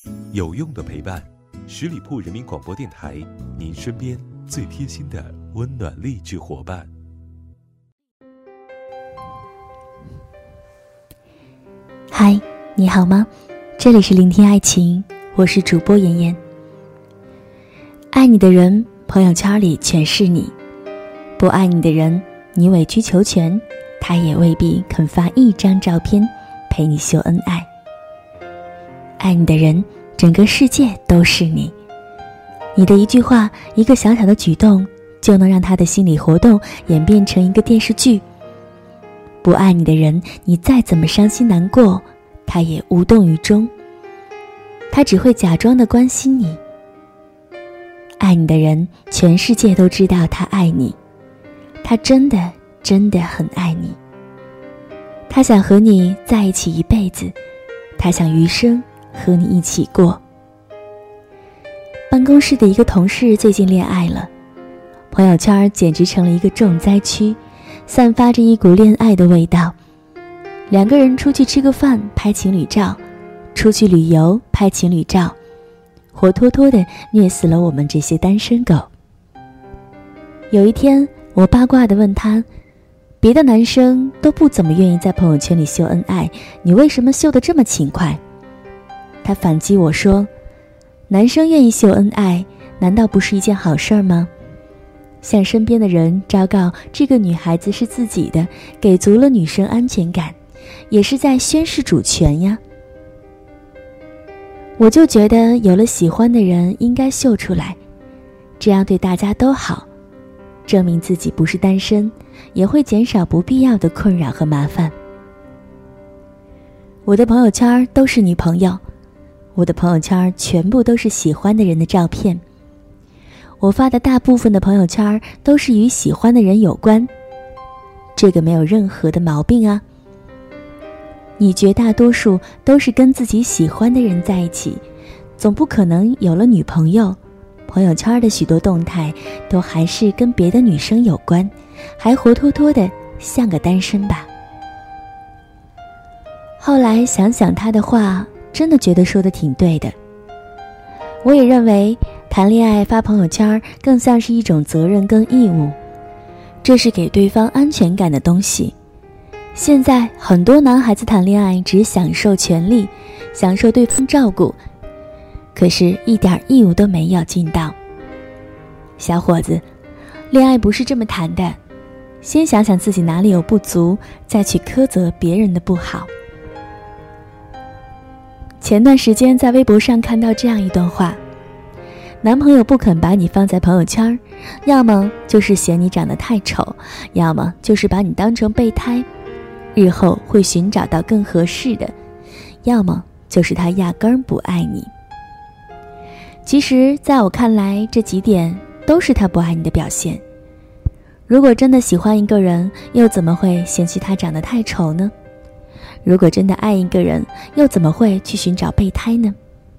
有用的陪伴，十里铺人民广播电台，您身边最贴心的温暖励志伙伴。 嗨，你好吗？这里是聆听爱情，我是主播妍妍。爱你的人，朋友圈里全是你；不爱你的人，你委曲求全，他也未必肯发一张照片陪你秀恩爱。爱你的人，整个世界都是你。你的一句话，一个小小的举动，就能让他的心理活动演变成一个电视剧。不爱你的人，你再怎么伤心难过，他也无动于衷，他只会假装的关心你。爱你的人，全世界都知道他爱你，他真的很爱你，他想和你在一起一辈子，他想余生和你一起过。办公室的一个同事最近恋爱了，朋友圈简直成了一个重灾区，散发着一股恋爱的味道。两个人出去吃个饭拍情侣照，出去旅游拍情侣照，活脱脱地虐死了我们这些单身狗。有一天我八卦地问他，别的男生都不怎么愿意在朋友圈里秀恩爱，你为什么秀得这么勤快？他反击我说，男生愿意秀恩爱，难道不是一件好事吗？向身边的人昭告这个女孩子是自己的，给足了女生安全感，也是在宣示主权呀。我就觉得有了喜欢的人应该秀出来，这样对大家都好，证明自己不是单身，也会减少不必要的困扰和麻烦。我的朋友圈都是女朋友，我的朋友圈全部都是喜欢的人的照片，我发的大部分的朋友圈都是与喜欢的人有关，这个没有任何的毛病啊。你绝大多数都是跟自己喜欢的人在一起，总不可能有了女朋友，朋友圈的许多动态都还是跟别的女生有关，还活脱脱的像个单身吧。后来想想他的话，真的觉得说得挺对的。我也认为谈恋爱发朋友圈更像是一种责任跟义务，这是给对方安全感的东西。现在很多男孩子谈恋爱只享受权利，享受对方照顾，可是一点义务都没有尽到。小伙子，恋爱不是这么谈的，先想想自己哪里有不足，再去苛责别人的不好。前段时间在微博上看到这样一段话，男朋友不肯把你放在朋友圈，要么就是嫌你长得太丑，要么就是把你当成备胎，日后会寻找到更合适的，要么就是他压根儿不爱你。其实在我看来，这几点都是他不爱你的表现。如果真的喜欢一个人，又怎么会嫌弃他长得太丑呢？如果真的爱一个人，又怎么会去寻找备胎呢？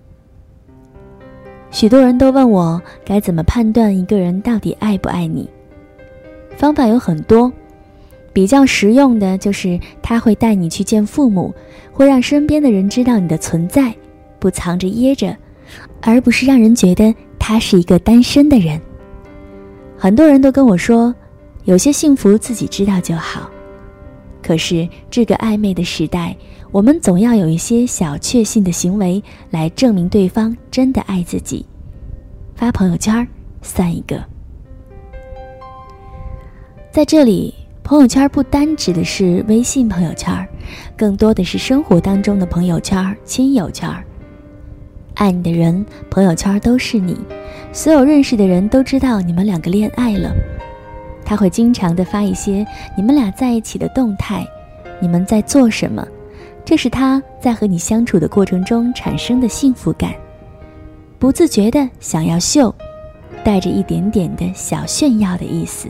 许多人都问我该怎么判断一个人到底爱不爱你。方法有很多，比较实用的就是他会带你去见父母，会让身边的人知道你的存在，不藏着掖着，而不是让人觉得他是一个单身的人。很多人都跟我说，有些幸福自己知道就好。可是这个暧昧的时代，我们总要有一些小确幸的行为来证明对方真的爱自己。发朋友圈算一个。在这里，朋友圈不单指的是微信朋友圈，更多的是生活当中的朋友圈、亲友圈。爱你的人，朋友圈都是你，所有认识的人都知道你们两个恋爱了。他会经常地发一些你们俩在一起的动态，你们在做什么，这是他在和你相处的过程中产生的幸福感，不自觉地想要秀，带着一点点的小炫耀的意思。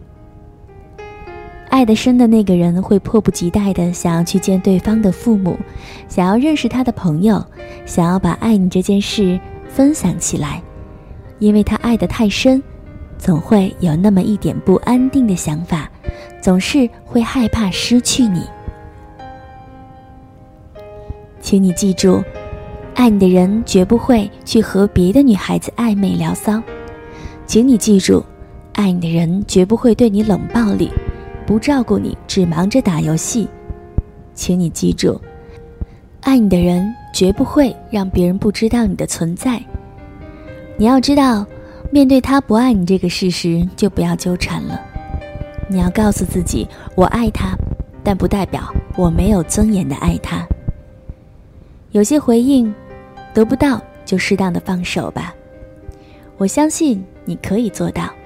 爱得深的那个人会迫不及待地想要去见对方的父母，想要认识他的朋友，想要把爱你这件事分享起来，因为他爱得太深，总会有那么一点不安定的想法，总是会害怕失去你。请你记住， 爱你的人绝不会去和别的女孩子暧昧聊骚。请你记住，爱你的人绝不会对你冷暴力，不照顾你，只忙着打游戏。请你记住，爱你的人绝不会让别人不知道你的存在。你要知道，面对他不爱你这个事实，就不要纠缠了。你要告诉自己，我爱他，但不代表我没有尊严的爱他。有些回应得不到，就适当的放手吧。我相信你可以做到。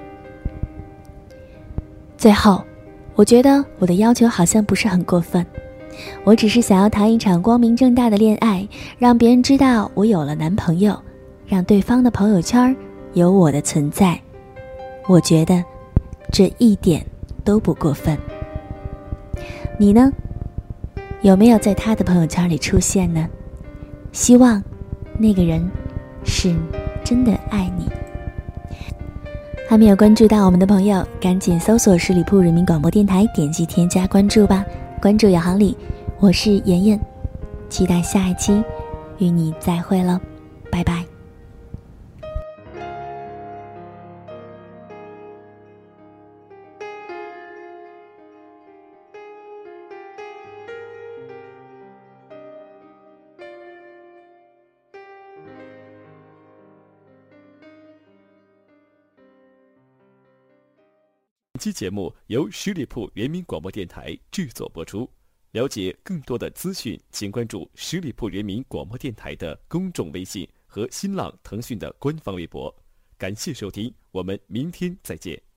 最后，我觉得我的要求好像不是很过分，我只是想要谈一场光明正大的恋爱，让别人知道我有了男朋友，让对方的朋友圈有我的存在。我觉得这一点都不过分。你呢？有没有在他的朋友圈里出现呢？希望那个人是真的爱你。还没有关注到我们的朋友，赶紧搜索十里铺人民广播电台，点击添加关注吧。关注有行礼，我是妍妍，期待下一期与你再会了，拜拜。 本期节目由十里铺人民广播电台制作播出。了解更多的资讯，请关注十里铺人民广播电台的公众微信和新浪、腾讯的官方微博。感谢收听，我们明天再见。